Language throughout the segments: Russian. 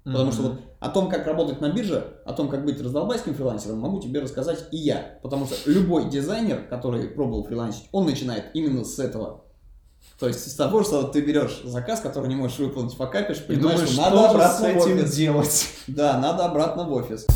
Потому что вот о том, как работать на бирже, о том, как быть раздолбайским фрилансером, могу тебе рассказать и я. Потому что любой дизайнер, который пробовал фрилансить, он начинает именно с этого. То есть с того, что ты берешь заказ, который не можешь выполнить, покапишь, понимаешь, думаешь, что надо обратно с этим в офис. делать. Да, надо обратно в офис.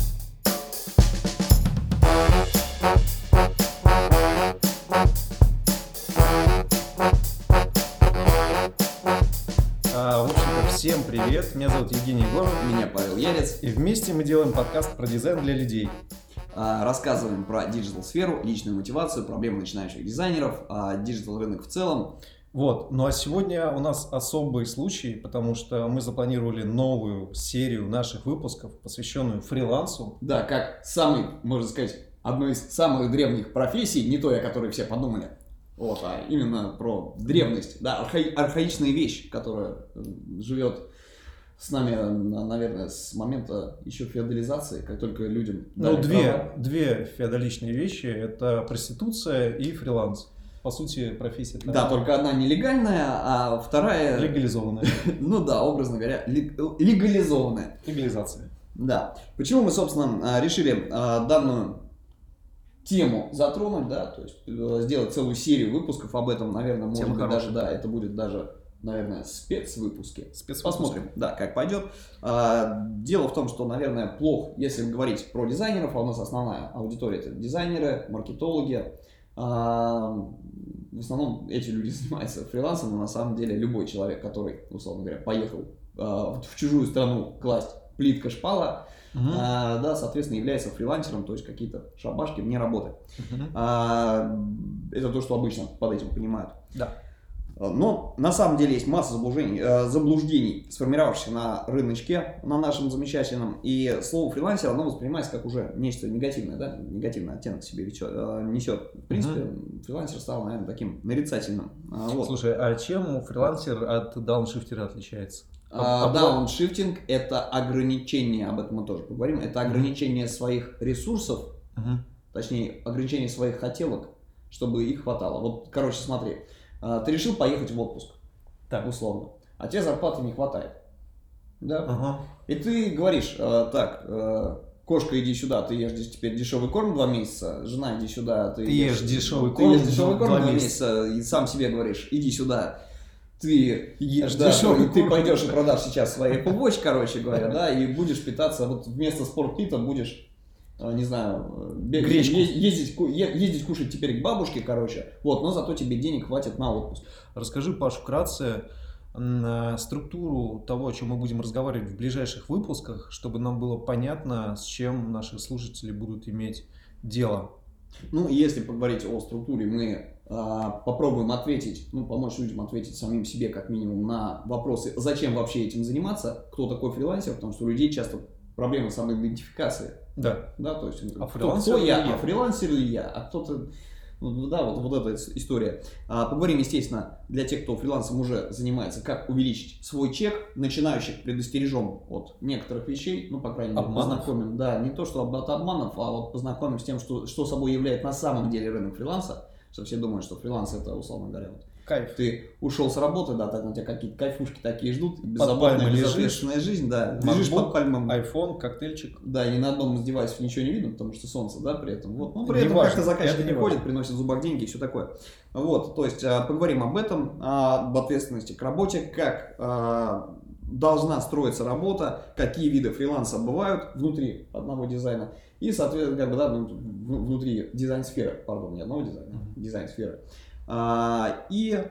В общем-то, всем привет, меня зовут Евгений Егоров. Меня Павел Ярец. И вместе мы делаем подкаст про дизайн для людей. Рассказываем про диджитал-сферу, личную мотивацию, проблемы начинающих дизайнеров, диджитал-рынок в целом. Вот, ну а сегодня у нас особый случай, потому что мы запланировали новую серию наших выпусков, посвященную фрилансу. Да, как самый, можно сказать, одной из самых древних профессий, не той, о которой все подумали, вот, а именно про древность, да, архаичная вещь, которая живет с нами, наверное, с момента еще феодализации, как только людям дали права. Две феодаличные вещи – это проституция и фриланс. По сути, профессия. Да, только одна нелегальная, а вторая... Легализованная. Ну да, образно говоря, легализованная. Легализация. Да. Почему мы, собственно, решили данную тему затронуть, да, то есть сделать целую серию выпусков об этом, наверное, может быть, даже, да, это будет даже, наверное, спецвыпуски. Посмотрим, да, как пойдет. Дело в том, что, наверное, плохо, если говорить про дизайнеров, а у нас основная аудитория – это дизайнеры, маркетологи. В основном эти люди занимаются фрилансом, но на самом деле любой человек, который, условно говоря, поехал в чужую страну класть плитка шпала, да, соответственно, является фрилансером, то есть какие-то шабашки вне работы. Это то, что обычно под этим понимают. Да. Но на самом деле есть масса заблуждений, сформировавшихся на рыночке, на нашем замечательном. И слово фрилансер, оно воспринимается как уже нечто негативное, да? Негативный оттенок в себе несет. В принципе, фрилансер стал, наверное, таким нарицательным. Вот. Слушай, а чем фрилансер от дауншифтера отличается? Дауншифтинг – это ограничение, об этом мы тоже поговорим, это ограничение своих ресурсов, точнее, ограничение своих хотелок, чтобы их хватало. Вот, короче, смотри. Ты решил поехать в отпуск, так, условно, а тебе зарплаты не хватает, да? И ты говоришь, кошка, иди сюда, ты ешь теперь дешевый корм 2 месяца, жена, иди сюда, ты ешь дешевый корм 2 месяца, и сам себе говоришь, иди сюда, ты ешь дешевый, ты пойдешь и продашь сейчас свои Apple Watch, короче говоря, да, и будешь питаться, вот вместо спортпита будешь... не знаю, ездить кушать теперь к бабушке, короче, вот, но зато тебе денег хватит на отпуск. Расскажи, Паш, вкратце структуру того, о чем мы будем разговаривать в ближайших выпусках, чтобы нам было понятно, с чем наши слушатели будут иметь дело. Ну, если поговорить о структуре, мы попробуем ответить, помочь людям ответить самим себе, как минимум, на вопросы, зачем вообще этим заниматься, кто такой фрилансер, потому что у людей часто проблемы самоидентификации. Да. Да, то есть, фрилансер кто я, фрилансер ли я, а кто-то, да, вот эта история. Поговорим, естественно, для тех, кто фрилансом уже занимается, как увеличить свой чек. Начинающих предостережем от некоторых вещей, по крайней мере, познакомим, да, не то, что от обманов, а вот познакомим с тем, что собой является на самом деле рынок фриланса, что все думают, что фриланс это, условно говоря, кайф. Ты ушел с работы, да, так на тебя какие-то кайфушки такие ждут, беззаботная, безответственная жизнь, да, лежишь под пальмом. Айфон, коктейльчик. Да, и ни на одном из девайсов ничего не видно, потому что солнце, да, при этом. Вот. Ну, при этом как-то заказчик не ходит, приносит в зубах деньги и все такое. Вот, то есть поговорим об этом, об ответственности к работе, как должна строиться работа, какие виды фриланса бывают внутри одного дизайна и, соответственно, внутри дизайн-сферы, не одного дизайна, дизайн-сферы. И,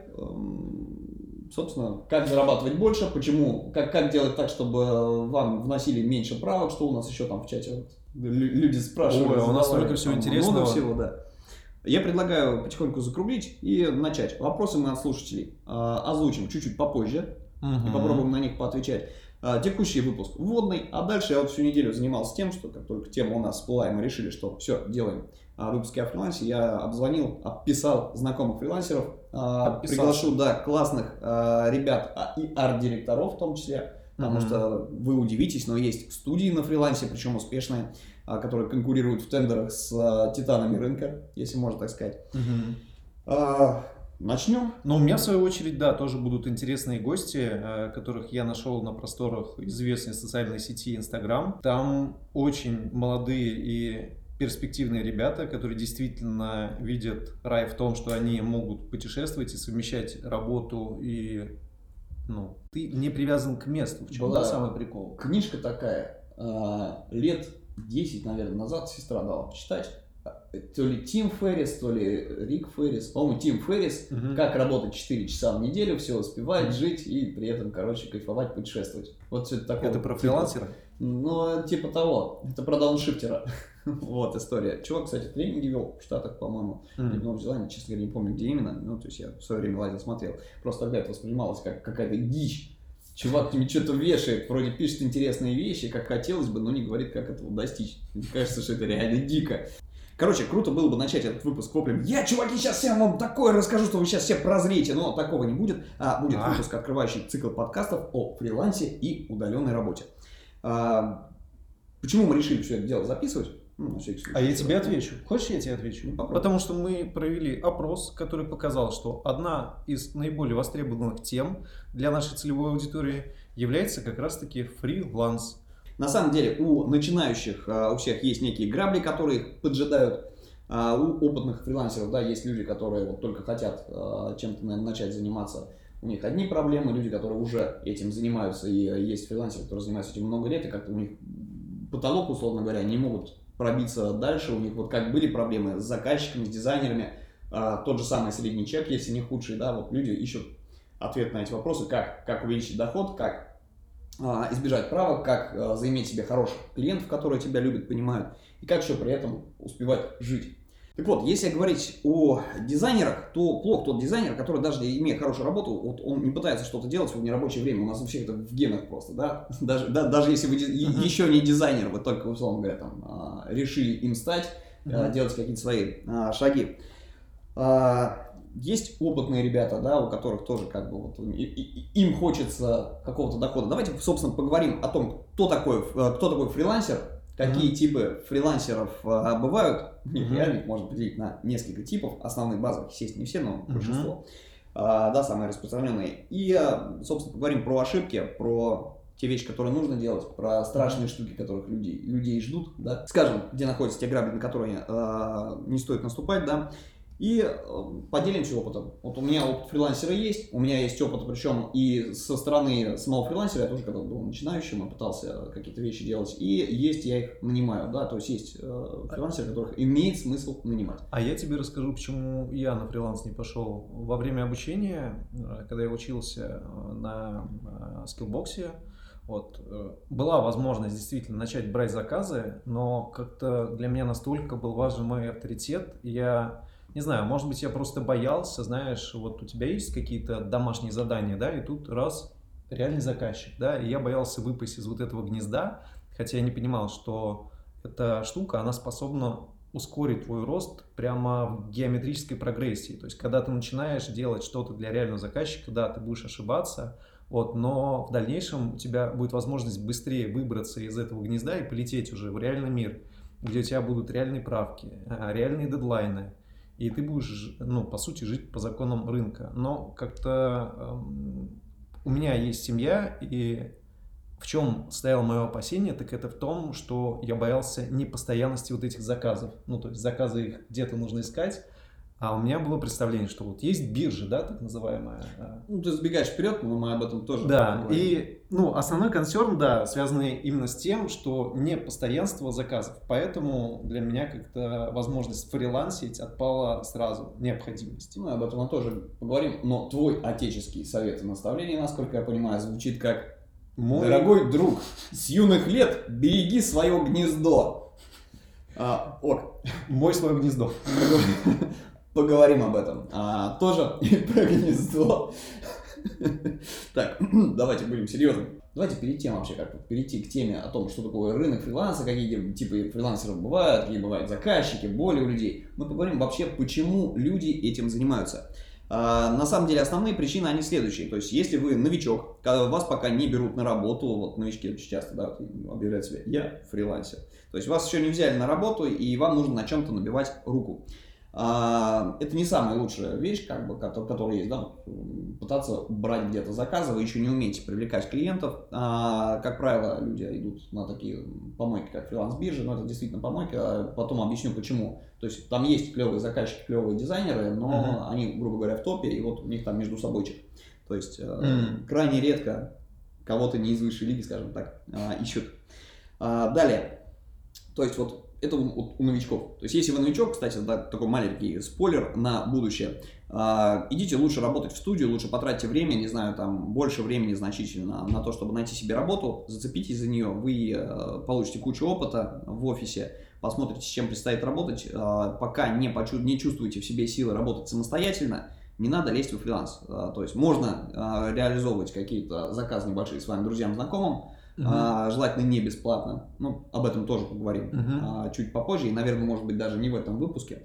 собственно, как зарабатывать больше, почему, как делать так, чтобы вам вносили меньше правок, что у нас еще там в чате люди спрашивают. Ой, у нас столько всего интересного. Много всего, да. Я предлагаю потихоньку закруглить и начать. Вопросы мы от слушателей озвучим чуть-чуть попозже и попробуем на них поотвечать. Текущий выпуск вводный, а дальше я всю неделю занимался тем, что как только тема у нас всплыла, и мы решили, что все, делаем выпуски о фрилансе, я обзвонил, описал знакомых фрилансеров, приглашу, да, классных ребят и арт-директоров в том числе, потому что вы удивитесь, но есть студии на фрилансе, причем успешные, которые конкурируют в тендерах с титанами рынка, если можно так сказать. Начнем? Но у меня, в свою очередь, да, тоже будут интересные гости, которых я нашел на просторах известной социальной сети Instagram. Там очень молодые и перспективные ребята, которые действительно видят рай в том, что они могут путешествовать и совмещать работу и... Ну, ты не привязан к месту. В чем Была самый прикол? Книжка такая, лет 10, наверное, назад сестра дала почитать. То ли Тим Феррис, то ли Рик Феррис. По-моему, Тим Феррис. Как работать 4 часа в неделю, все успевать, жить и при этом, короче, кайфовать, путешествовать. Вот все это такое. Это про фрилансера? Ну, типа того. Это про дауншифтера. Вот история. Чувак, кстати, тренинги вел в Штатах, по-моему, или в Новой Зеландии, честно говоря, не помню, где именно. Ну, то есть я в свое время лазил, смотрел. Просто тогда это воспринималось как какая-то дичь. Чувак тебе что-то вешает, вроде пишет интересные вещи, как хотелось бы, но не говорит, как этого достичь. Мне кажется, что это реально дико. Короче, круто было бы начать этот выпуск воплем: я, чуваки, сейчас всем вам такое расскажу, что вы сейчас все прозреете. Но такого не будет. Будет выпуск, открывающий цикл подкастов о фрилансе и удаленной работе. Почему мы решили все это дело записывать? Ну, на всякий случай. А я тебе отвечу. Хочешь, я тебе отвечу? Ну, потому что мы провели опрос, который показал, что одна из наиболее востребованных тем для нашей целевой аудитории является как раз-таки фриланс. На самом деле у начинающих, у всех есть некие грабли, которые их поджидают. У опытных фрилансеров, да, есть люди, которые вот только хотят чем-то, наверное, начать заниматься. У них одни проблемы, люди, которые уже этим занимаются, и есть фрилансеры, которые занимаются этим много лет, и как-то у них потолок, условно говоря, не могут пробиться дальше. У них вот как были проблемы с заказчиками, с дизайнерами, тот же самый средний чек, если не худший, да, вот люди ищут ответ на эти вопросы, как увеличить доход, как избежать правок, как заиметь себе хороших клиентов, которые тебя любят, понимают, и как еще при этом успевать жить. Так вот, если говорить о дизайнерах, то плох тот дизайнер, который даже имея хорошую работу, вот он не пытается что-то делать в нерабочее время. У нас у всех это в генах просто, да? Даже если вы еще не дизайнер, вы только, условно говоря, там, решили им стать, делать какие-то свои шаги. Есть опытные ребята, да, у которых тоже как бы вот, им хочется какого-то дохода. Давайте, собственно, поговорим о том, кто такой фрилансер, какие типы фрилансеров бывают. Реально их можно поделить на несколько типов. Основных базовых, естественно, не все, но большинство. Да, самые распространенные. И, собственно, поговорим про ошибки, про те вещи, которые нужно делать, про страшные штуки, которых людей ждут. Да. Скажем, где находятся те грабли, на которые не стоит наступать, да. И поделимся опытом. Вот у меня опыт фрилансера есть, у меня есть опыт, причем и со стороны самого фрилансера, я тоже когда был начинающим, я пытался какие-то вещи делать, и есть, я их нанимаю, да, то есть есть фрилансеры, которых имеет смысл нанимать. А я тебе расскажу, почему я на фриланс не пошел. Во время обучения, когда я учился на скиллбоксе, вот, была возможность действительно начать брать заказы, но как-то для меня настолько был важен мой авторитет, я... Не знаю, может быть, я просто боялся, знаешь, вот у тебя есть какие-то домашние задания, да, и тут раз, реальный заказчик, да, и я боялся выпасть из вот этого гнезда, хотя я не понимал, что эта штука, она способна ускорить твой рост прямо в геометрической прогрессии. То есть, когда ты начинаешь делать что-то для реального заказчика, да, ты будешь ошибаться, вот, но в дальнейшем у тебя будет возможность быстрее выбраться из этого гнезда и полететь уже в реальный мир, где у тебя будут реальные правки, реальные дедлайны. И ты будешь, ну, по сути, жить по законам рынка. Но как-то у меня есть семья, и в чем стояло мое опасение, так это в том, что я боялся непостоянности вот этих заказов. Ну, то есть заказы их где-то нужно искать. А у меня было представление, что вот есть биржа, да, так называемая. Ну, ты сбегаешь вперед, но мы об этом тоже да, поговорим. И, ну, основной консерн, да, связанный именно с тем, что не постоянство заказов. Поэтому для меня как-то возможность фрилансить отпала сразу, необходимость. Ну, об этом мы тоже поговорим. Но твой отеческий совет и наставление, насколько я понимаю, звучит как: дорогой друг, с юных лет береги свое гнездо. Мой свое гнездо. Поговорим об этом. Тоже и про гнездо. Так, давайте будем серьезны. Давайте перед тем вообще перейти к теме о том, что такое рынок фриланса, какие типы фрилансеров бывают, какие бывают заказчики, боли у людей. Мы поговорим вообще, почему люди этим занимаются. На самом деле основные причины, они следующие. То есть, если вы новичок, когда вас пока не берут на работу, вот новички очень часто, да, объявляют себя: я фрилансер. То есть, вас еще не взяли на работу, и вам нужно на чем-то набивать руку. Это не самая лучшая вещь, как бы, которая есть, да, пытаться брать где-то заказы, вы еще не умеете привлекать клиентов. Как правило, люди идут на такие помойки, как фриланс-биржи, но это действительно помойки, потом объясню почему. То есть там есть клевые заказчики, клевые дизайнеры, но они, грубо говоря, в топе, и вот у них там между собойчик. То есть крайне редко кого-то не из высшей лиги, скажем так, ищут. Далее, то есть вот это у новичков. То есть, если вы новичок, кстати, да, такой маленький спойлер на будущее, идите лучше работать в студию, лучше потратьте время, не знаю, там, больше времени значительно на то, чтобы найти себе работу, зацепитесь за нее, вы получите кучу опыта в офисе, посмотрите, с чем предстоит работать, пока не чувствуете в себе силы работать самостоятельно, не надо лезть во фриланс. То есть, можно реализовывать какие-то заказы небольшие своим друзьям, знакомым, желательно не бесплатно, ну, об этом тоже поговорим чуть попозже, и, наверное, может быть, даже не в этом выпуске,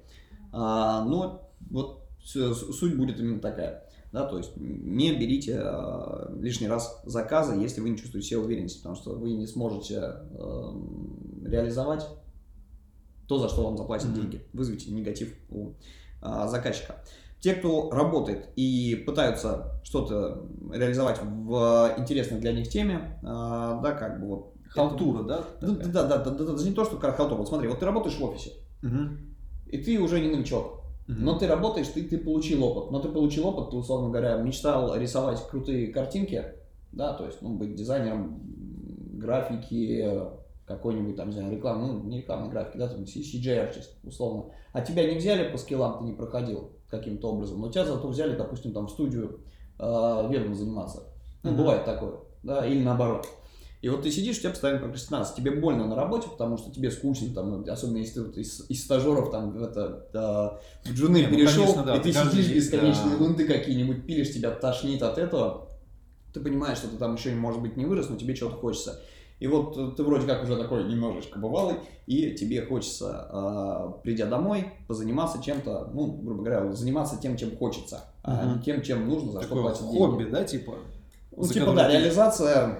но вот суть будет именно такая, да, то есть не берите лишний раз заказы, если вы не чувствуете себе уверенности, потому что вы не сможете реализовать то, за что вам заплатят деньги, вызовите негатив у заказчика. Те, кто работает и пытаются что-то реализовать в интересной для них теме, да, как бы вот... Халтура, да? Да, даже не то, что как халтура. Вот смотри, вот ты работаешь в офисе, и ты уже не новичок, но ты работаешь, ты получил опыт. Но ты получил опыт, ты, условно говоря, мечтал рисовать крутые картинки, да, то есть, быть дизайнером графики, какой-нибудь там, не знаю, не рекламной графики, да, там CGI-артист, условно. А тебя не взяли по скиллам, ты не проходил каким-то образом, но тебя зато взяли, допустим, там в студию вебом заниматься. Бывает такое, да, или наоборот. И вот ты сидишь, у тебя постоянно прокрастинация, тебе больно на работе, потому что тебе скучно, там, особенно если ты из стажеров там, в джуны перешел, конечно, да, и ты сидишь бесконечно, ты какие-нибудь пилишь, тебя тошнит от этого, ты понимаешь, что ты там еще, может быть, не вырос, но тебе чего-то хочется. И вот ты вроде как уже такой немножечко бывалый, и тебе хочется, придя домой, позаниматься чем-то, грубо говоря, заниматься тем, чем хочется, а не тем, чем нужно, за что платят деньги. Хобби, да, типа? Да, реализация,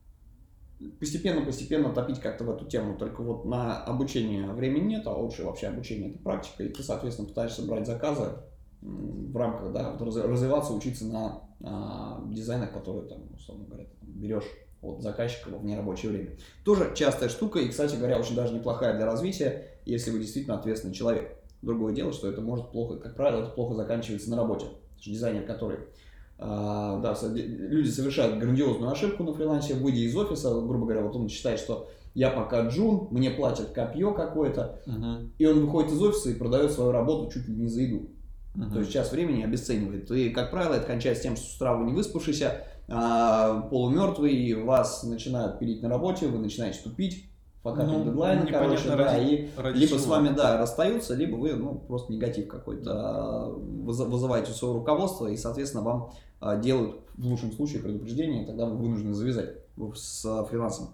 постепенно топить как-то в эту тему, только вот на обучение времени нет, а лучше вообще обучение это практика, и ты, соответственно, пытаешься брать заказы в рамках, да, развиваться, учиться на дизайнах, которые, там, условно говоря, ты берешь от заказчика в нерабочее время. Тоже частая штука и, кстати говоря, очень даже неплохая для развития, если вы действительно ответственный человек. Другое дело, что это может плохо, как правило, это плохо заканчивается на работе. Потому что дизайнер, который... люди совершают грандиозную ошибку на фрилансе, выйдя из офиса, грубо говоря, вот он считает, что я пока джун, мне платят копье какое-то, и он выходит из офиса и продает свою работу чуть ли не за еду. То есть час времени обесценивает. И, как правило, это кончается тем, что с утра вы не выспавшийся, полумертвый, вас начинают пилить на работе, вы начинаете тупить, факапить дедлайн, и либо с вами, расстаются, либо вы, просто негатив какой-то вызываете у своего руководства, и, соответственно, вам делают в лучшем случае предупреждение, и тогда вы вынуждены завязать с фрилансом.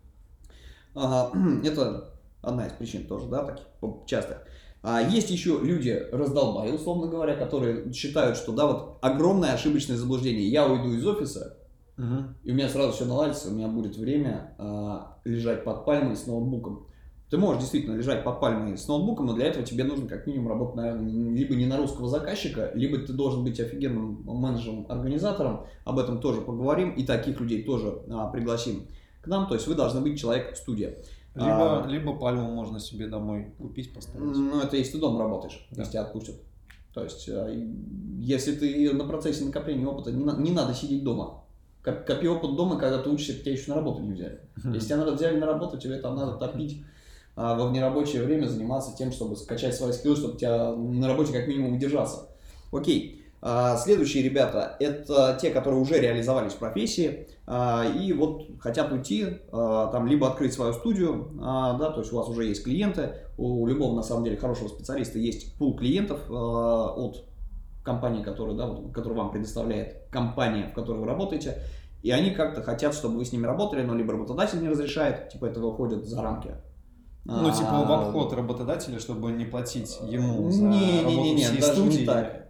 Это одна из причин тоже, да, таких частых. Есть еще люди раздолбаи, условно говоря, которые считают, что вот огромное ошибочное заблуждение. Я уйду из офиса, и у меня сразу все наладится, у меня будет время лежать под пальмой с ноутбуком. Ты можешь действительно лежать под пальмой с ноутбуком, но для этого тебе нужно как минимум работать, наверное, либо не на русского заказчика, либо ты должен быть офигенным менеджером-организатором. Об этом тоже поговорим, и таких людей тоже пригласим к нам. То есть вы должны быть человек-студия. Либо пальму можно себе домой купить, поставить. Это если ты дома работаешь, если тебя отпустят. То есть, если ты на процессе накопления опыта, не надо сидеть дома. Копи опыт дома, когда ты учишься, тебя еще на работу не взяли. Если тебя взяли на работу, тебе там надо топить во внерабочее время, заниматься тем, чтобы скачать свои скиллы, чтобы тебя на работе как минимум удержаться. Окей. Следующие ребята – это те, которые уже реализовались в профессии и вот хотят уйти, там, либо открыть свою студию, да, то есть у вас уже есть клиенты, у любого, на самом деле, хорошего специалиста есть пул клиентов от компании, которую вам предоставляет компания, в которой вы работаете, и они как-то хотят, чтобы вы с ними работали, но либо работодатель не разрешает, типа это выходит за рамки. В обход работодателя, чтобы не платить ему за работу всей студии. Не так.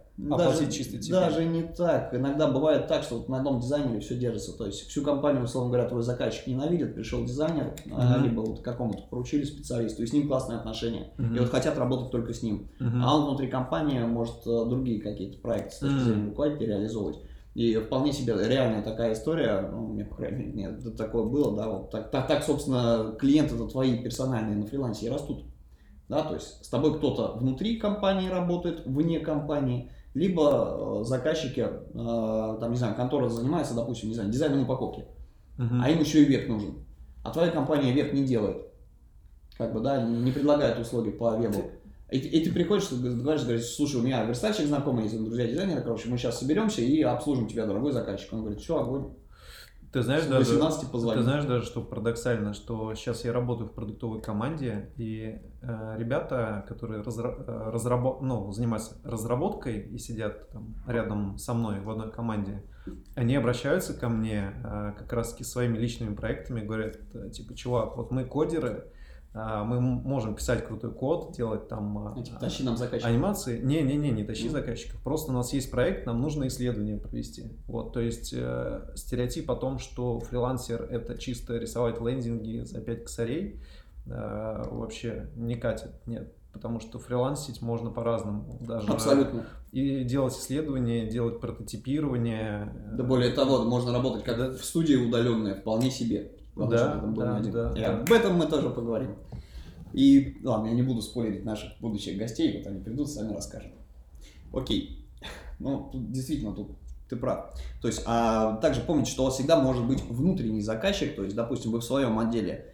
оплатить чисто тебе. Даже не так. Иногда бывает так, что вот на одном дизайнере все держится. То есть всю компанию, условно говоря, твой заказчик ненавидит, пришел дизайнер, либо вот какому-то поручили специалисту, и с ним классные отношения. И вот хотят работать только с ним. А он внутри компании может другие какие-то проекты с точки зрения руководителя реализовывать. И вполне себе реальная такая история, ну, у меня, по крайней мере, нет, такое было, да, вот так, собственно, клиенты-то твои персональные на фрилансе и растут. Да, то есть с тобой кто-то внутри компании работает, вне компании, либо заказчики, там, не знаю, контора занимается, допустим, не знаю, дизайном упаковки, а им еще и веб нужен. А твоя компания веб не делает, как бы, да, не предлагает услуги по вебу. И ты приходишь, говоришь, слушай, у меня верстальщик знакомый, есть друзья дизайнера, короче, мы сейчас соберемся и обслужим тебя, дорогой заказчик. Он говорит, что, огонь. Ты знаешь, даже, что парадоксально, что сейчас я работаю в продуктовой команде, и ребята, которые занимаются разработкой и сидят там рядом со мной в одной команде, они обращаются ко мне как раз-таки своими личными проектами, говорят, типа, чувак, вот мы кодеры, мы можем писать крутой код, делать там тащи нам анимации. Не тащи заказчиков. Просто у нас есть проект, нам нужно исследование провести. Вот, то есть стереотип о том, что фрилансер это чисто рисовать лендинги за 5 косарей, вообще не катит. Нет. Потому что фрилансить можно по-разному. Даже абсолютно. И делать исследования, делать прототипирование. Да более того, можно работать как в студии удаленной, вполне себе. Да. Об этом мы тоже поговорим. И ладно, я не буду спойлерить наших будущих гостей, вот они придут, сами расскажут. Окей. Ну, тут действительно, тут ты прав. То есть, также помните, что у вас всегда может быть внутренний заказчик, то есть, допустим, вы в своем отделе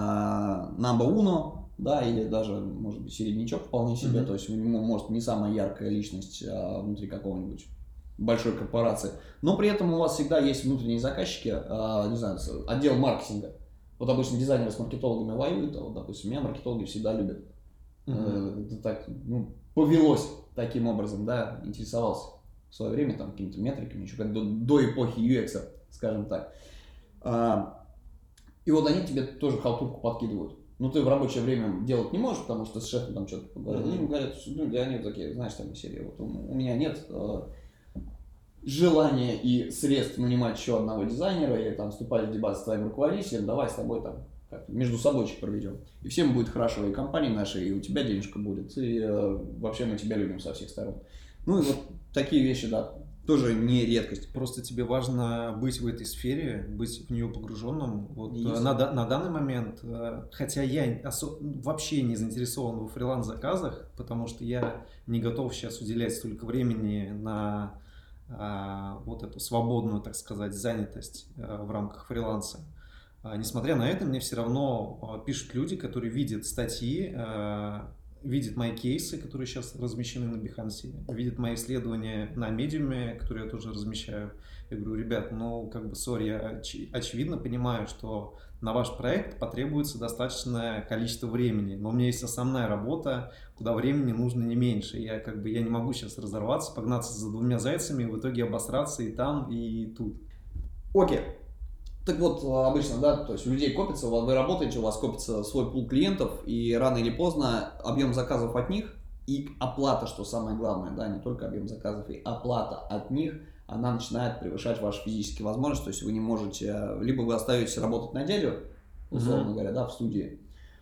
number uno, да, или даже, может быть, середнячок вполне себе, то есть, может, не самая яркая личность внутри какого-нибудь большой корпорации, но при этом у вас всегда есть внутренние заказчики, не знаю, отдел маркетинга. Вот обычно дизайнеры с маркетологами воюют, а вот, допустим, меня маркетологи всегда любят. Это так, повелось таким образом, да, интересовался в свое время там какими-то метриками, еще как до эпохи UX, скажем так. И вот они тебе тоже халтурку подкидывают. Ну, ты в рабочее время делать не можешь, потому что с шефом там что-то поговорил. Они говорят, да они такие, знаешь, там серии, вот у меня нет желания и средств нанимать еще одного дизайнера или там вступать в дебат с твоим руководителем, давай с тобой там между собойчик проведем. И всем будет хорошо, и компании нашей, и у тебя денежка будет, и вообще мы тебя любим со всех сторон. Ну и вот такие вещи, да, тоже не редкость. Просто тебе важно быть в этой сфере, быть в нее погруженным. Вот, на данный момент, хотя я вообще не заинтересован во фриланс-заказах, потому что я не готов сейчас уделять столько времени на вот эту свободную, так сказать, занятость в рамках фриланса. Несмотря на это, мне все равно пишут люди, которые видят статьи, видят мои кейсы, которые сейчас размещены на Behance, видят мои исследования на Medium, которые я тоже размещаю. Я говорю, ребят, ну, как бы, сори, я очевидно понимаю, что на ваш проект потребуется достаточное количество времени, но у меня есть основная работа, куда времени нужно не меньше. Я не могу сейчас разорваться, погнаться за двумя зайцами, в итоге обосраться и там, и тут. Окей. Так вот, обычно, да, то есть у людей копится, вы работаете, у вас копится свой пул клиентов, и рано или поздно объем заказов от них и оплата, что самое главное, да, не только объем заказов, и оплата от них, она начинает превышать ваши физические возможности, то есть вы не можете, либо вы остаетесь работать на дядю, условно говоря, да, в студии,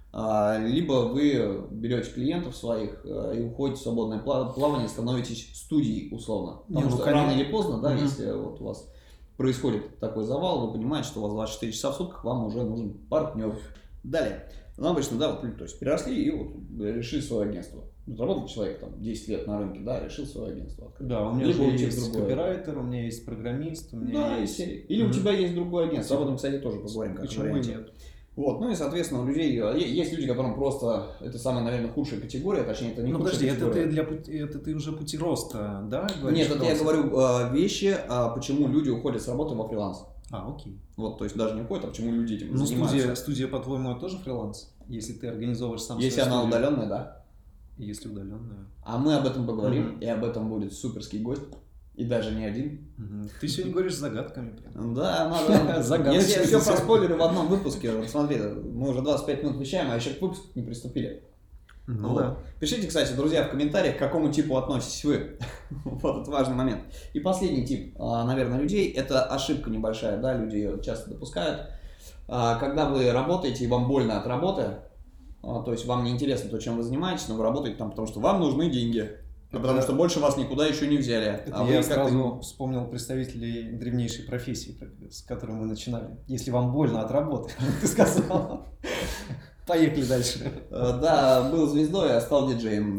либо вы берете клиентов своих и уходите в свободное плавание, становитесь студией, условно. Потому что рано или поздно, да, если вот у вас происходит такой завал, вы понимаете, что у вас 24 часа в сутках, вам уже нужен партнер. Далее. Ну, обычно, да, вот люди, то есть, переросли и вот решили свое агентство. Вот работал человек там 10 лет на рынке, да, решил свое агентство открыть. Да, у меня либо есть копирайтер, у меня есть программист, у меня есть... Или у тебя есть другое агентство, об этом, кстати, тоже поговорим. Почему нет? Вот, ну и, соответственно, у людей есть люди, которым просто это самая, наверное, худшая категория, точнее, это не худшая категория. Это ты уже пути роста, да? Нет, это я говорю вещи, почему люди уходят с работы во фриланс. Окей. Вот, то есть даже не уходят, а почему люди этим занимаются. Ну, студия, по-твоему, это тоже фриланс? Если ты организовываешь сам свою студию. Если она удаленная, да. Если удаленная. А мы об этом поговорим, и об этом будет суперский гость. И даже не один. Ты сегодня говоришь загадками. Да, надо. Я все проспойлерю в одном выпуске. Смотри, мы уже 25 минут вещаем, а еще к выпуску не приступили. Ну вот. да. Пишите, кстати, друзья, в комментариях, к какому типу относитесь вы. Вот это важный момент. И последний тип, наверное, людей, это ошибка небольшая, да, люди ее часто допускают. Когда вы работаете и вам больно от работы, то есть вам не интересно то, чем вы занимаетесь, но вы работаете там, потому что вам нужны деньги. Потому что больше вас никуда еще не взяли. Это я сразу вспомнил представителей древнейшей профессии, с которой мы начинали. Если вам больно от работы, ты сказал. Поехали дальше. Да, был звездой, а стал диджеем.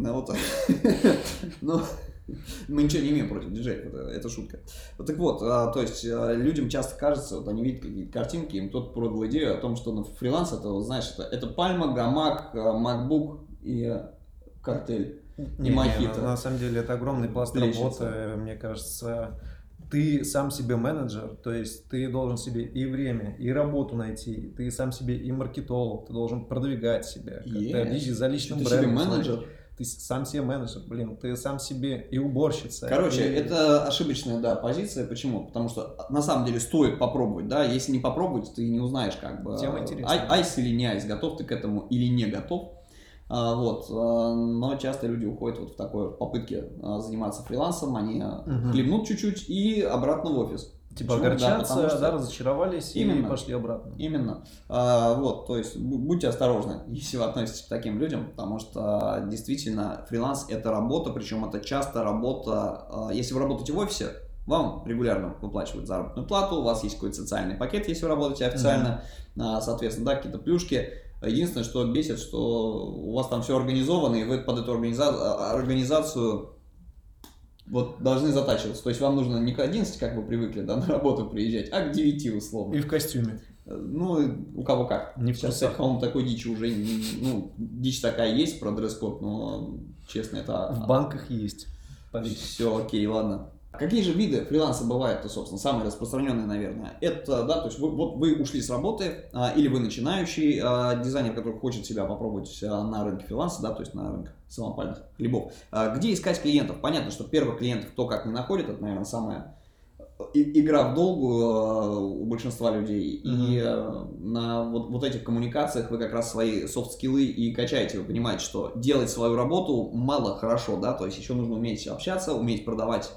Ну, мы ничего не имеем против диджеев, это шутка. Так вот, то есть людям часто кажется, вот они видят какие-то картинки, им кто-то продал идею о том, что фриланс это, знаешь, это пальма, гамак, макбук и картель. И мохито. На самом деле это огромный пласт работы, мне кажется. Ты сам себе менеджер, то есть ты должен себе и время, и работу найти, ты сам себе и маркетолог, ты должен продвигать себя, ты за личным брендом. Ты себе менеджер? Ты сам себе менеджер, ты сам себе и уборщица. Короче, это ошибочная, да, позиция. Почему? Потому что на самом деле стоит попробовать, да. Если не попробовать, ты не узнаешь, как бы. Тема интересная. Айс или не айс, готов ты к этому или не готов. Вот, но часто люди уходят вот в такой попытке заниматься фрилансом, они хлебнут чуть-чуть и обратно в офис. Типа огорчаться, да, разочаровались и пошли обратно. Именно. Вот, то есть будьте осторожны, если вы относитесь к таким людям, потому что действительно фриланс это работа, причем это часто работа, если вы работаете в офисе, вам регулярно выплачивают заработную плату, у вас есть какой-то социальный пакет, если вы работаете официально, соответственно, да, какие-то плюшки. Единственное, что бесит, что у вас там все организовано, и вы под эту организацию вот должны затачиваться. То есть вам нужно не к 11, как вы привыкли, да, на работу приезжать, а к 9 условно. И в костюме. Ну, у кого как. Не в сейчас, по-моему, такой дичи уже, ну, дичь такая есть про дресс-код, но, честно, это... В банках есть. Все, окей, ладно. Какие же виды фриланса бывают-то, собственно, самые распространенные, наверное? Это, да, то есть вы ушли с работы, или вы начинающий дизайнер, который хочет себя попробовать на рынке фриланса, да, то есть на рынке самопальных хлебов. Где искать клиентов? Понятно, что первых клиентов кто как не находит, это, наверное, самая игра в долгую у большинства людей. И на вот этих коммуникациях вы как раз свои софт-скиллы и качаете. Вы понимаете, что делать свою работу мало хорошо, да, то есть еще нужно уметь общаться, уметь продавать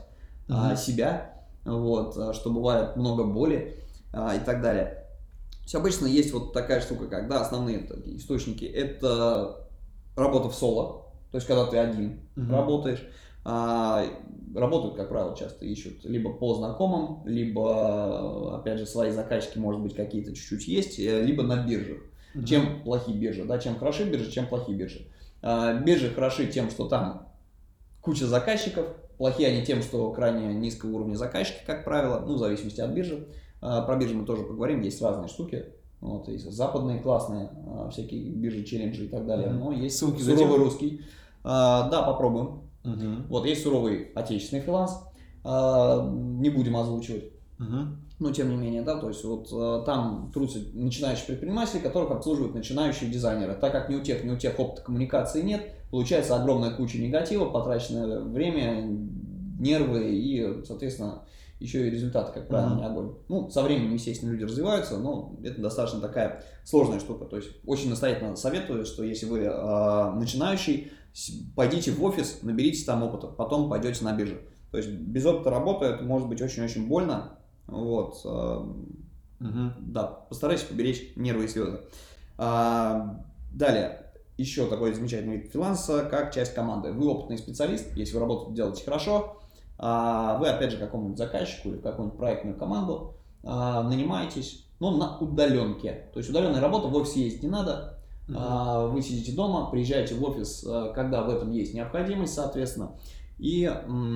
себя, вот, что бывает много боли и так далее. То есть обычно есть вот такая штука, когда основные такие источники, это работа в соло, то есть когда ты один работаешь. Работают, как правило, часто ищут либо по знакомым, либо, опять же, свои заказчики, может быть, какие-то чуть-чуть есть, либо на биржах. Чем плохие биржи, да, чем хороши биржи, чем плохие биржи. Биржи хороши тем, что там куча заказчиков, плохие они тем, что крайне низкого уровня заказчики, как правило, ну, в зависимости от биржи. Про биржи мы тоже поговорим, есть разные штуки. Вот, есть западные классные, всякие биржи, челленджи и так далее, но есть ссылки суровый русский. Да, попробуем. Вот, есть суровый отечественный фриланс, не будем озвучивать, но тем не менее, да, то есть вот там трудятся начинающие предприниматели, которых обслуживают начинающие дизайнеры. Так как ни у тех опыта коммуникации нет, получается огромная куча негатива, потраченное время, нервы и, соответственно, еще и результаты, как правило, не огонь. Ну, со временем, естественно, люди развиваются, но это достаточно такая сложная штука. То есть очень настоятельно советую, что если вы начинающий, пойдите в офис, наберитесь там опыта, потом пойдете на биржу. То есть без опыта работы это может быть очень-очень больно. Вот. Да, постарайтесь поберечь нервы и слезы. Далее, еще такой замечательный вид фриланса, как часть команды. Вы опытный специалист, если вы работу делаете хорошо, вы опять же какому-нибудь заказчику или в какую-нибудь проектную команду нанимаетесь, но на удаленке. То есть удаленная работа, в офис ездить не надо. Вы сидите дома, приезжаете в офис, когда в этом есть необходимость, соответственно, и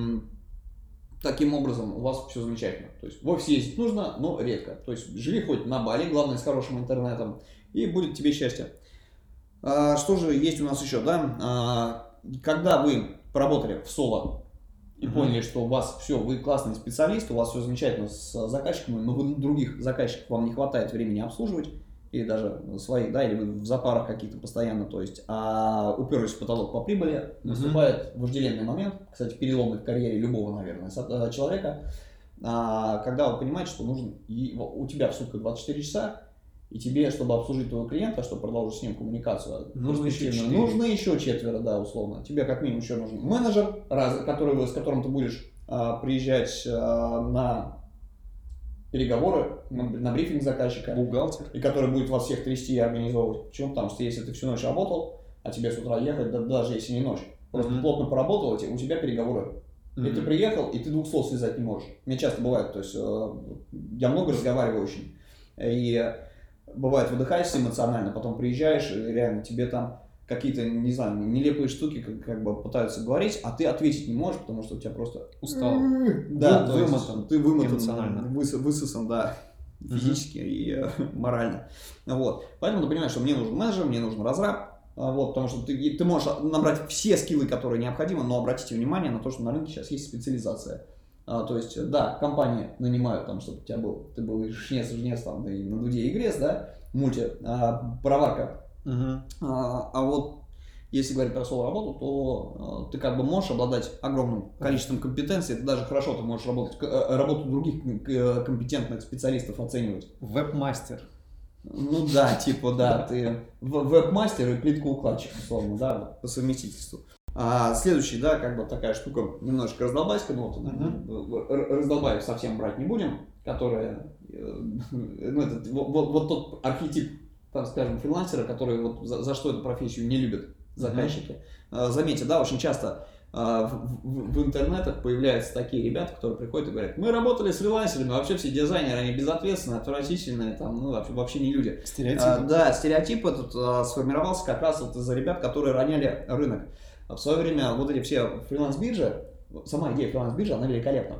таким образом у вас все замечательно. То есть в офис ездить нужно, но редко. То есть живи хоть на Бали, главное с хорошим интернетом, и будет тебе счастье. Что же есть у нас еще, да? Когда вы поработали в соло и поняли, что у вас все, вы классный специалист, у вас все замечательно с заказчиками, но вы других заказчиков вам не хватает времени обслуживать, или даже своих, да, или вы в запарах какие-то постоянно, то есть, уперлись в потолок по прибыли, наступает вожделенный момент, кстати, переломный в карьере любого, наверное, человека, когда вы понимаете, что нужен, у тебя в сутках 24 часа, и тебе, чтобы обслужить твоего клиента, чтобы продолжить с ним коммуникацию, нужно еще 4, да, условно. Тебе как минимум еще нужен менеджер, с которым ты будешь приезжать на переговоры, на брифинг заказчика. Бухгалтер. И который будет вас всех трясти и организовывать. Почему? Потому что если ты всю ночь работал, а тебе с утра ехать, даже если не ночь, просто плотно поработал, у тебя переговоры. И ты приехал, и ты 2 слов связать не можешь. Мне часто бывает, то есть я много разговариваю очень. И бывает, выдыхаешься эмоционально, потом приезжаешь, и реально тебе там какие-то, не знаю, нелепые штуки как бы пытаются говорить, а ты ответить не можешь, потому что у тебя просто... Устал. Да, вымотан. Ты вымотан, эмоционально. Высосан, да, физически и морально. Вот. Поэтому ты понимаешь, что мне нужен менеджер, мне нужен разраб, вот, потому что ты можешь набрать все скиллы, которые необходимы, но обратите внимание на то, что на рынке сейчас есть специализация. То есть, да, компании нанимают, там, чтобы у тебя ты был и жнец, там, и на дуде и грец, да, пароварка. А вот если говорить про соло-работу, то ты как бы можешь обладать огромным количеством компетенций, это даже хорошо, ты можешь работу других компетентных специалистов оценивать. Веб-мастер. Ну да, типа, да, ты веб-мастер и плиткоукладчик, условно, да, по совместительству. Следующий, да, как бы такая штука, немножко раздолбайская, но раздолбаев совсем брать не будем, которая, вот тот архетип, там, скажем, фрилансера, который вот за что эту профессию не любят заказчики. Заметьте, да, очень часто в интернетах появляются такие ребята, которые приходят и говорят: мы работали с фрилансерами, вообще все дизайнеры, они безответственные, отвратительные, там, ну, вообще не люди. Стереотип. Да, стереотип этот сформировался как раз вот из-за ребят, которые роняли рынок. В свое время вот эти все фриланс-биржи, сама идея фриланс-биржи, она великолепна.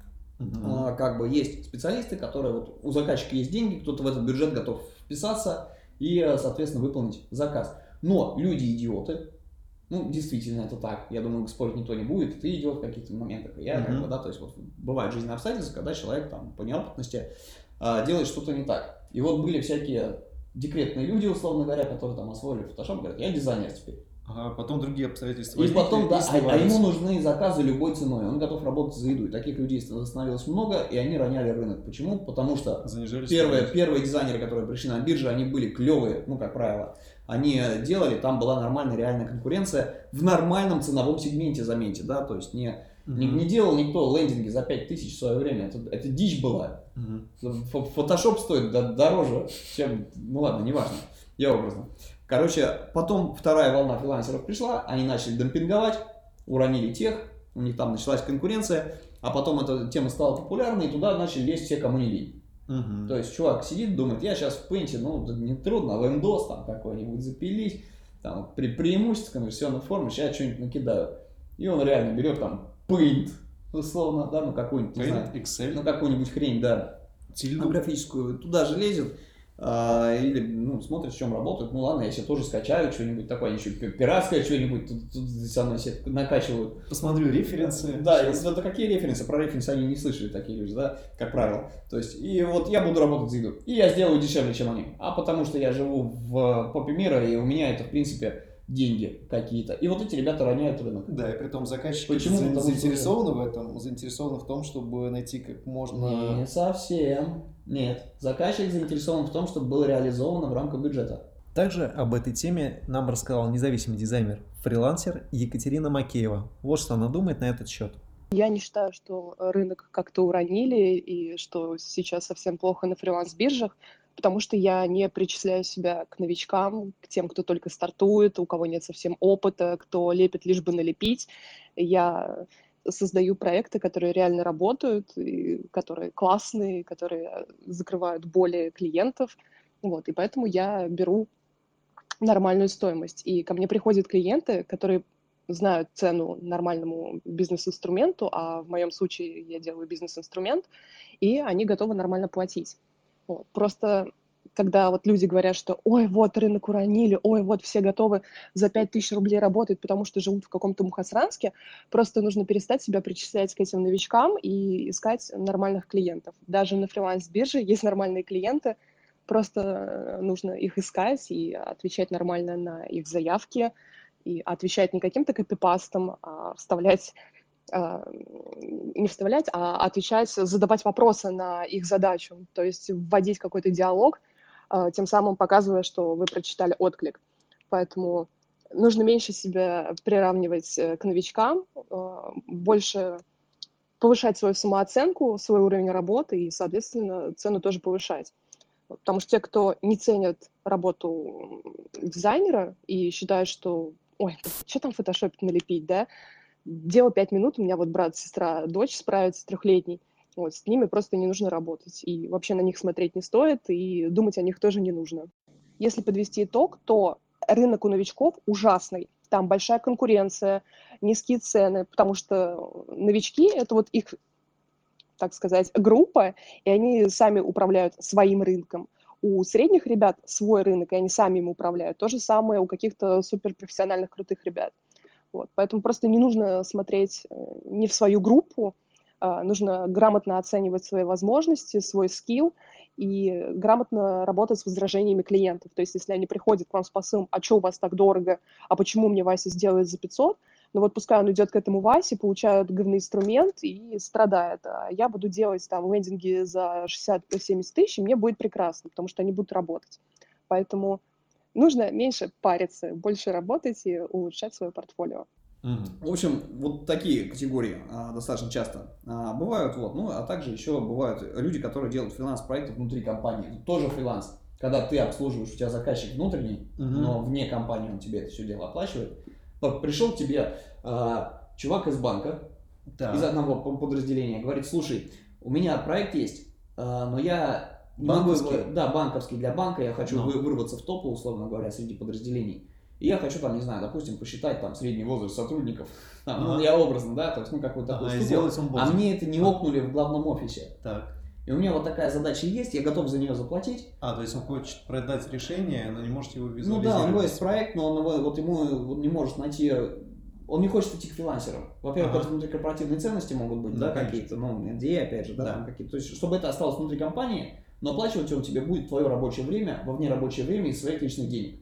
Как бы есть специалисты, которые вот у заказчика есть деньги, кто-то в этот бюджет готов вписаться и, соответственно, выполнить заказ. Но люди идиоты, ну, действительно, это так. Я думаю, спорить никто не будет. Ты идиот в каких-то моментах. Я как бы, да, то есть вот бывают жизненные обстоятельства, когда человек там по неопытности делает что-то не так. И вот были всякие декретные люди, условно говоря, которые там освоили Photoshop, говорят: я дизайнер теперь. Потом другие обстоятельства. И потом, да, а ему нужны заказы любой ценой. Он готов работать за еду. И таких людей становилось много, и они роняли рынок. Почему? Потому что первые дизайнеры, которые пришли на биржу, они были клевые, ну, как правило. Они делали, там была нормальная реальная конкуренция в нормальном ценовом сегменте, заметьте, да, то есть не делал никто лендинги за 5000 в свое время, это дичь была. Photoshop стоит дороже, чем, ну ладно, неважно, я образно. Короче, потом вторая волна фрилансеров пришла, они начали демпинговать, уронили тех, у них там началась конкуренция, а потом эта тема стала популярной, и туда начали лезть все, кому не лень. То есть чувак сидит, думает: я сейчас в Paint, ну, не трудно, в MDOS там какой-нибудь запилить, там, при преимуществе конверсионной формы, сейчас что-нибудь накидаю. И он реально берет там Paint, условно, да, ну какую-нибудь, не знаю, Excel, ну какую-нибудь хрень, да, графическую, туда же лезет. Или, ну, смотрит, в чем работают. Ну ладно, я себе тоже скачаю что-нибудь такое, еще пиратское что-нибудь тут со мной себе накачивают. Посмотрю референсы. Да, это какие референсы? Про референсы они не слышали, такие люди, да, как правило. То есть, и вот я буду работать за еду, и я сделаю дешевле, чем они. А потому что я живу в попе мира, и у меня это, в принципе, деньги какие-то. И вот эти ребята роняют рынок. Да, и при том заказчики Почему? заинтересованы в этом, заинтересованы в том, чтобы найти как можно... Не совсем. Нет. Заказчик заинтересован в том, чтобы было реализовано в рамках бюджета. Также об этой теме нам рассказал независимый дизайнер, фрилансер Екатерина Макеева. Вот что она думает на этот счет. Я не считаю, что рынок как-то уронили и что сейчас совсем плохо на фриланс-биржах, потому что я не причисляю себя к новичкам, к тем, кто только стартует, у кого нет совсем опыта, кто лепит лишь бы налепить. Я создаю проекты, которые реально работают, и которые классные, которые закрывают боли клиентов. Вот, и поэтому я беру нормальную стоимость. И ко мне приходят клиенты, которые знают цену нормальному бизнес-инструменту, а в моем случае я делаю бизнес-инструмент, и они готовы нормально платить. Вот. Просто когда вот люди говорят, что ой, вот рынок уронили, ой, вот все готовы за 5000 рублей работать, потому что живут в каком-то Мухосранске, просто нужно перестать себя причислять к этим новичкам и искать нормальных клиентов. Даже на фриланс-бирже есть нормальные клиенты, просто нужно их искать и отвечать нормально на их заявки, и отвечать не каким-то копипастом, а вставлять, не вставлять, а отвечать, задавать вопросы на их задачу, то есть вводить какой-то диалог, тем самым показывая, что вы прочитали отклик. Поэтому нужно меньше себя приравнивать к новичкам, больше повышать свою самооценку, свой уровень работы и, соответственно, цену тоже повышать. Потому что те, кто не ценят работу дизайнера и считают, что ой, что там в фотошопе налепить, да? Дело 5 минут, у меня вот брат, сестра, дочь справится 3-летней. Вот, с ними просто не нужно работать. И вообще на них смотреть не стоит, и думать о них тоже не нужно. Если подвести итог, то рынок у новичков ужасный. Там большая конкуренция, низкие цены, потому что новички — это вот их, так сказать, группа, и они сами управляют своим рынком. У средних ребят свой рынок, и они сами им управляют. То же самое у каких-то суперпрофессиональных крутых ребят. Вот. Поэтому просто не нужно смотреть не в свою группу, нужно грамотно оценивать свои возможности, свой скилл и грамотно работать с возражениями клиентов. То есть если они приходят к вам с посылом, а что у вас так дорого, а почему мне Вася сделает за 500, ну вот пускай он идет к этому Васе, получает говноинструмент и страдает. А я буду делать там лендинги за 60-70 тысяч, и мне будет прекрасно, потому что они будут работать. Поэтому нужно меньше париться, больше работать и улучшать свое портфолио. В общем, вот такие категории достаточно часто бывают. Вот. Ну, а также еще бывают люди, которые делают фриланс-проекты внутри компании. Это тоже фриланс. Когда ты обслуживаешь, у тебя заказчик внутренний, но вне компании он тебе это все дело оплачивает. Пришел к тебе чувак из банка, из одного подразделения, говорит: слушай, у меня проект есть, но я банковский. Да, банковский для банка, я хочу вырваться в топы, условно говоря, среди подразделений. И я хочу там, не знаю, допустим, посчитать там средний возраст сотрудников, там, ну, я образно, да, то есть, ну, какую-то такую штуку, а мне это не окнули в главном офисе. Так. И у меня вот такая задача есть, я готов за нее заплатить. То есть он хочет продать решение, но не может его визуализировать. Ну да, у него есть проект, но он вот ему не может найти, он не хочет идти к фрилансерам. Во-первых, это внутрикорпоративные ценности могут быть, да, какие-то, ну, NDA, опять же, да, там какие-то. То есть, чтобы это осталось внутри компании, но оплачивать он тебе будет твое рабочее время, во внерабочее время из своих личных денег.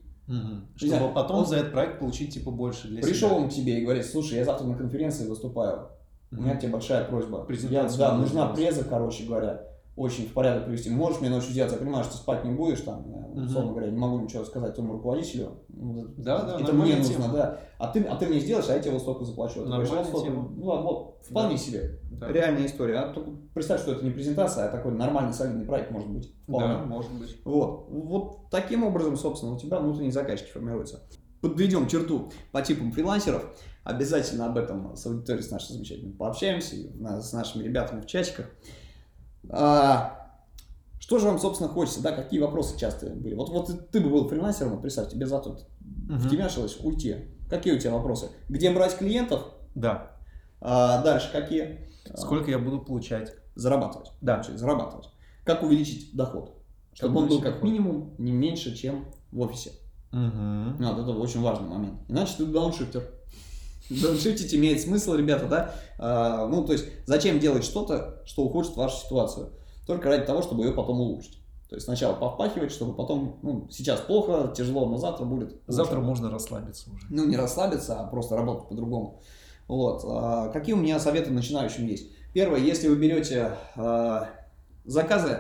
Чтобы потом за этот проект получить типа больше для себя. Пришел он к тебе и говорит: слушай, я завтра на конференции выступаю, у меня к тебе большая просьба. Да, нужна преза, короче говоря, очень в порядок привести. Можешь мне ночью сделать? Я понимаю, что ты спать не будешь, там, условно говоря, не могу ничего сказать твоему руководителю. Да, это мне нужно, да. А ты мне сделаешь, а я тебе вот столько заплачу. Вот, вполне себе. Да. Реальная история. А только представь, что это не презентация, а такой нормальный солидный проект может быть. Вполне. Да, может быть. Вот таким образом, собственно, у тебя внутренние заказчики формируются. Подведем черту по типам фрилансеров. Обязательно об этом с аудиторией с нашей замечательной пообщаемся, с нашими ребятами в чатиках. Что же вам, собственно, хочется, да, какие вопросы часто были? Вот ты бы был фрилансером, вот представь, тебе завтра втемяшилось уйти. Какие у тебя вопросы? Где брать клиентов? Да. Дальше какие? Сколько я буду получать? Зарабатывать. Да. Зарабатывать. Как увеличить доход? Чтобы он был как минимум не меньше, чем в офисе. Вот, это очень важный момент. Иначе ты дауншифтер. Дауншифтить имеет смысл, ребята, да? Ну, то есть, зачем делать что-то, что ухудшит вашу ситуацию? Только ради того, чтобы ее потом улучшить. То есть, сначала повпахивать, чтобы потом, ну, сейчас плохо, тяжело, но завтра будет лучше. Завтра можно расслабиться уже. Ну, не расслабиться, а просто работать по-другому. Вот. Какие у меня советы начинающим есть? Первое, если вы берете заказы,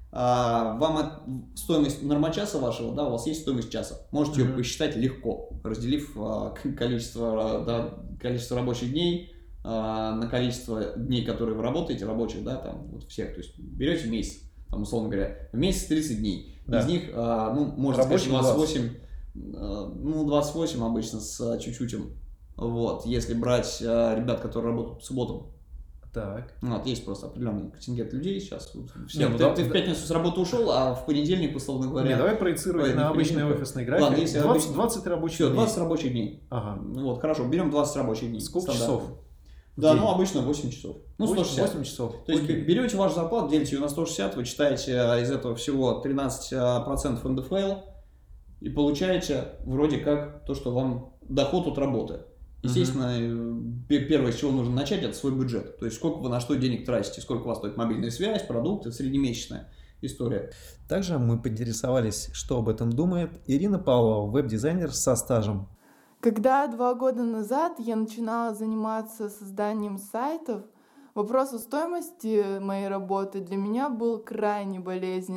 вам стоимость нормочаса вашего, да, у вас есть стоимость часа. Можете ее посчитать легко, разделив количество рабочих дней на количество дней, которые вы работаете, рабочих, да, там, вот всех. То есть берете месяц, там, условно говоря, в месяц 30 дней. Да. Из них, ну, можно сказать, 28, ну, 28 обычно с чуть-чуть. Вот, если брать ребят, которые работают по субботам. Так. Вот, есть просто определенный контингент людей сейчас. Все, ты в пятницу с работы ушел, а в понедельник, условно говоря... Давай проецировать на обычный офисный график. Ладно, если 20 рабочих дней. 20 рабочих дней. Ага. Вот, хорошо, берем 20 рабочих дней. Сколько часов? Да, ну обычно 8 часов. Ну, 160. 8 часов. То есть берете вашу зарплату, делите ее на 160, вы читаете из этого всего 13% НДФЛ и получаете вроде как то, что вам доход от работы. Естественно, первое, с чего нужно начать, это свой бюджет. То есть, сколько вы на что денег тратите, сколько у вас стоит мобильная связь, продукты, среднемесячная история. Также мы поинтересовались, что об этом думает Ирина Павлова, веб-дизайнер со стажем. Когда 2 года назад я начинала заниматься созданием сайтов, вопрос о стоимости моей работы для меня был крайне болезненным,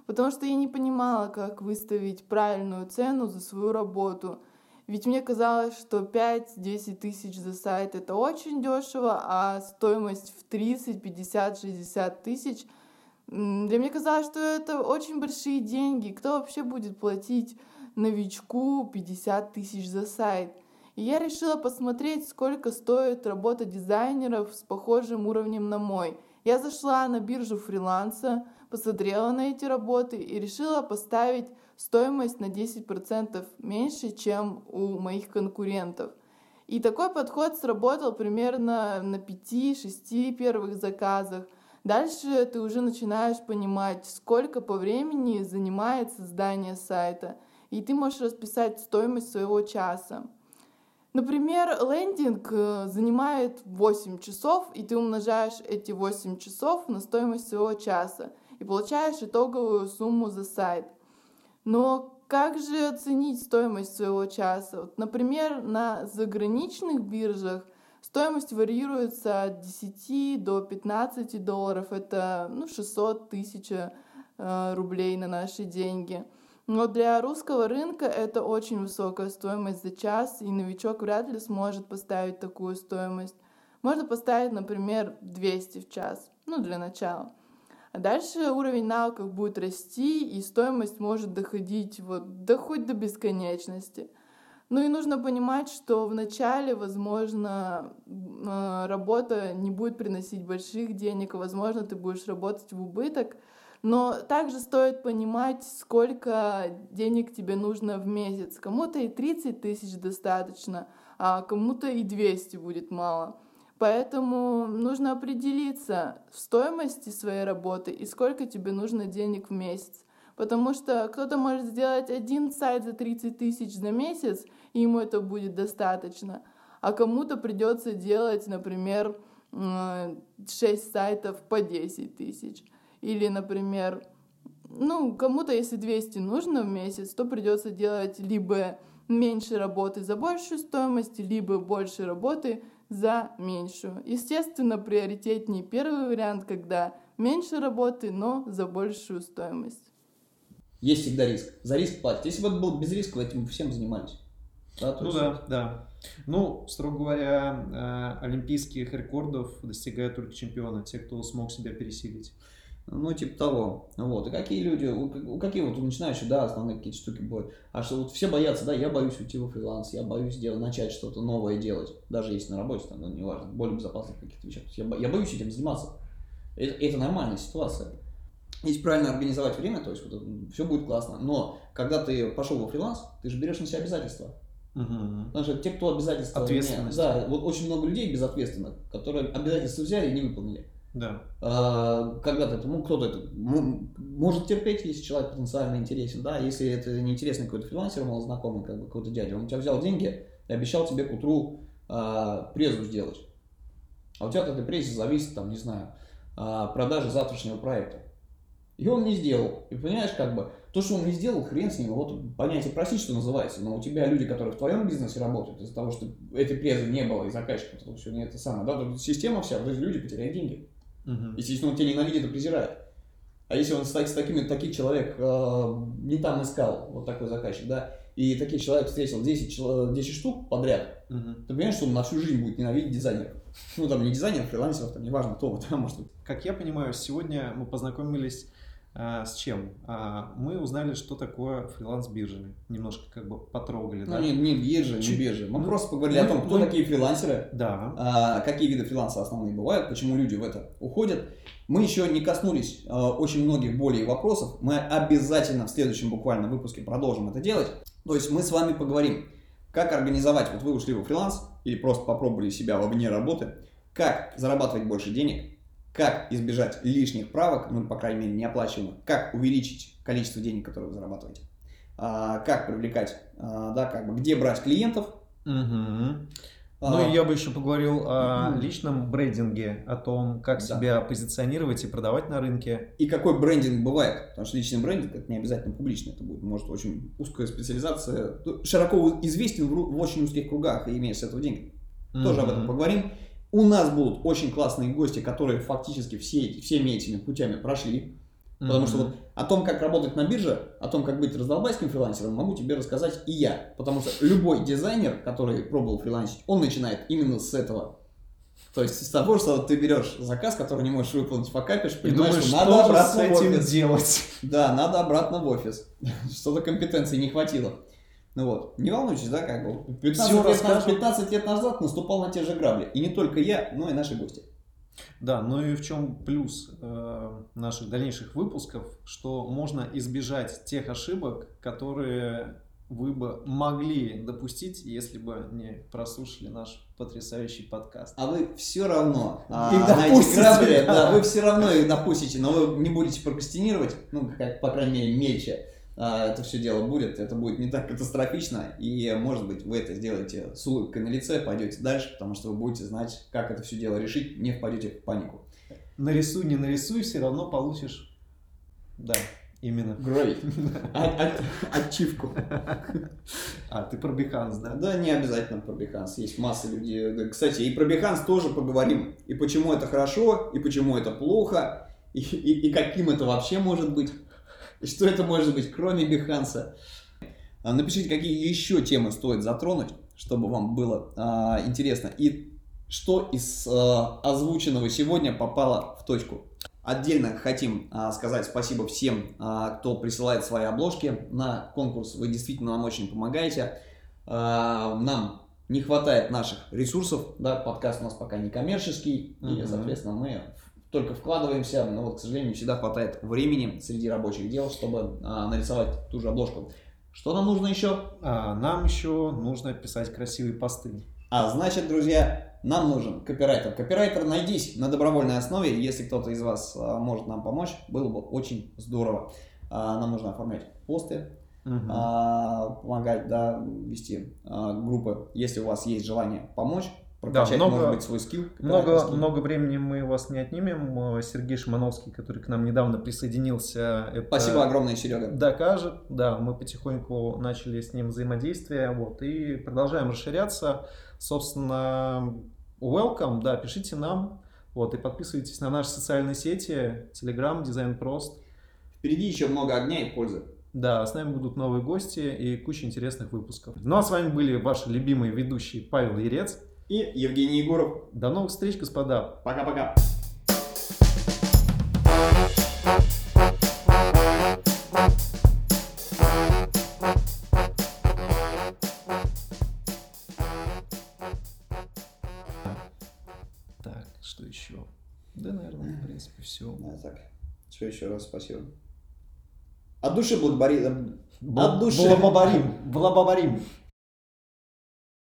потому что я не понимала, как выставить правильную цену за свою работу. Ведь мне казалось, что 5-10 тысяч за сайт — это очень дешево, а стоимость в 30, 50, 60 тысяч для меня казалось, что это очень большие деньги. Кто вообще будет платить новичку 50 тысяч за сайт? И я решила посмотреть, сколько стоит работа дизайнеров с похожим уровнем на мой. Я зашла на биржу фриланса, посмотрела на эти работы и решила поставить стоимость на 10% меньше, чем у моих конкурентов. И такой подход сработал примерно на 5-6 первых заказах. Дальше ты уже начинаешь понимать, сколько по времени занимает создание сайта, и ты можешь расписать стоимость своего часа. Например, лендинг занимает 8 часов, и ты умножаешь эти 8 часов на стоимость своего часа и получаешь итоговую сумму за сайт. Но как же оценить стоимость своего часа? Вот, например, на заграничных биржах стоимость варьируется от 10 до 15 долларов. Это 600 тысяч рублей на наши деньги. Но для русского рынка это очень высокая стоимость за час, и новичок вряд ли сможет поставить такую стоимость. Можно поставить, например, 200 в час, для начала. А дальше уровень навыков будет расти, и стоимость может доходить хоть до бесконечности. И нужно понимать, что вначале, возможно, работа не будет приносить больших денег, возможно, ты будешь работать в убыток, но также стоит понимать, сколько денег тебе нужно в месяц. Кому-то и 30 тысяч достаточно, а кому-то и 200 будет мало. Поэтому нужно определиться в стоимости своей работы и сколько тебе нужно денег в месяц. Потому что кто-то может сделать один сайт за 30 тысяч за месяц, и ему это будет достаточно. А кому-то придется делать, например, 6 сайтов по 10 тысяч. Или, например, кому-то, если 200 нужно в месяц, то придется делать либо меньше работы за большую стоимость, либо больше работы за меньшую. Естественно, приоритетнее первый вариант, когда меньше работы, но за большую стоимость. Есть всегда риск. За риск платят. Если бы это было без риска, этим всем занимались. Да. Строго говоря, олимпийских рекордов достигают только чемпионы, те, кто смог себя пересилить. Типа того. И какие люди, у какие у начинающих, основные какие-то штуки бывают. А что все боятся, я боюсь уйти во фриланс, я боюсь начать что-то новое делать. Даже если на работе, неважно, более безопасных каких-то вещах. Я боюсь этим заниматься. Это нормальная ситуация. Если правильно организовать время, то есть все будет классно. Но когда ты пошел во фриланс, ты же берешь на себя обязательства. Потому что те, кто обязательства... Ответственность. Очень много людей безответственных, которые обязательства взяли и не выполнили. Да. Когда-то кто-то это может терпеть, если человек потенциально интересен, если это неинтересный какой-то фрилансер, малознакомый, какой-то дядя, он у тебя взял деньги и обещал тебе к утру презу сделать. А у тебя от этой презы зависит, продажи завтрашнего проекта. И он не сделал. И понимаешь, то, что он не сделал, хрен с ним. Понятие просить, что называется. Но у тебя люди, которые в твоем бизнесе работают, из-за того, что этой презы не было, и заказчиков, потому что это самое. Система вся, эти люди потеряют деньги. Естественно, он тебя ненавидит и презирает. А если он таких человек не там искал, такой заказчик, и таких человек встретил 10 штук подряд, ты понимаешь, что он на всю жизнь будет ненавидеть дизайнеров. Не дизайнеров, фрилансеров, неважно кто, может быть. Как я понимаю, сегодня мы познакомились с чем? Мы узнали, что такое фриланс-биржи. Немножко потрогали, да? Не биржи. Мы просто поговорили о том, кто такие фрилансеры, какие виды фриланса основные бывают, почему люди в это уходят. Мы еще не коснулись очень многих более вопросов. Мы обязательно в следующем буквально выпуске продолжим это делать. То есть мы с вами поговорим, как организовать, вы ушли во фриланс или просто попробовали себя вне работы, как зарабатывать больше денег, как избежать лишних правок, по крайней мере, неоплачиваемых, как увеличить количество денег, которые вы зарабатываете, как привлекать, где брать клиентов. Я бы еще поговорил о личном брендинге, о том, как себя позиционировать и продавать на рынке. И какой брендинг бывает, потому что личный брендинг это не обязательно публичный, это будет, может, очень узкая специализация, широко известен в очень узких кругах и имеешь с этого деньги. Тоже об этом поговорим. У нас будут очень классные гости, которые фактически всеми этими путями прошли. Потому что вот о том, как работать на бирже, о том, как быть раздолбайским фрилансером, могу тебе рассказать и я. Потому что любой дизайнер, который пробовал фрилансить, он начинает именно с этого. То есть с того, что ты берешь заказ, который не можешь выполнить, факапишь, понимаешь, думаешь, что надо обратно с этим в офис. делать? Да, надо обратно в офис. Что-то компетенции не хватило. Ну вот, не волнуйтесь, да, как бы 15 лет назад наступал на те же грабли. И не только я, но и наши гости. Да, ну и в чем плюс наших дальнейших выпусков, что можно избежать тех ошибок, которые вы бы могли допустить, если бы не прослушали наш потрясающий подкаст. А вы все равно Их на эти допустите, грабли, да. да, вы все равно их допустите, но вы не будете прокрастинировать, ну, как, по крайней мере, мельче. Это все дело будет, это будет не так катастрофично, и, может быть, вы это сделаете с улыбкой на лице, пойдете дальше, потому что вы будете знать, как это все дело решить, не впадете в панику. Нарисуй, не нарисуй, все равно получишь. Да, именно. Great. Ачивку. А, ты про Behance, да? Да, не обязательно про Behance, есть масса людей. Да, кстати, и про Behance тоже поговорим, и почему это хорошо, и почему это плохо, и каким это вообще может быть. И что это может быть, кроме Behance? Напишите, какие еще темы стоит затронуть, чтобы вам было интересно. И что из озвученного сегодня попало в точку. Отдельно хотим сказать спасибо всем, кто присылает свои обложки на конкурс. Вы действительно нам очень помогаете. Нам не хватает наших ресурсов. Да, подкаст у нас пока не коммерческий. И, соответственно, мы только вкладываемся, но вот, к сожалению, не всегда хватает времени среди рабочих дел, чтобы нарисовать ту же обложку. Что нам нужно еще? Нам еще нужно писать красивые посты. Значит, друзья, нам нужен копирайтер. Копирайтер найдись на добровольной основе. Если кто-то из вас может нам помочь, было бы очень здорово. Нам нужно оформлять посты, помогать, да, вести группы. Если у вас есть желание помочь, прокачать, да, может быть, свой скилл. Много времени мы у вас не отнимем. Сергей Шимановский, который к нам недавно присоединился, это Спасибо огромное, Серега. докажет. Да, мы потихоньку начали с ним взаимодействие, вот, и продолжаем расширяться. Собственно, welcome, да, пишите нам, вот, и подписывайтесь на наши социальные сети, Telegram, Дизайн Прост. Впереди еще много огня и пользы. Да, с нами будут новые гости и куча интересных выпусков. Ну а с вами были ваши любимые ведущие Павел Ерец и Евгений Егоров. До новых встреч, господа. Пока-пока. Так, что еще? Да, наверное, в принципе, все. Да, так. Что еще раз спасибо. От души благодарим. Благодарим.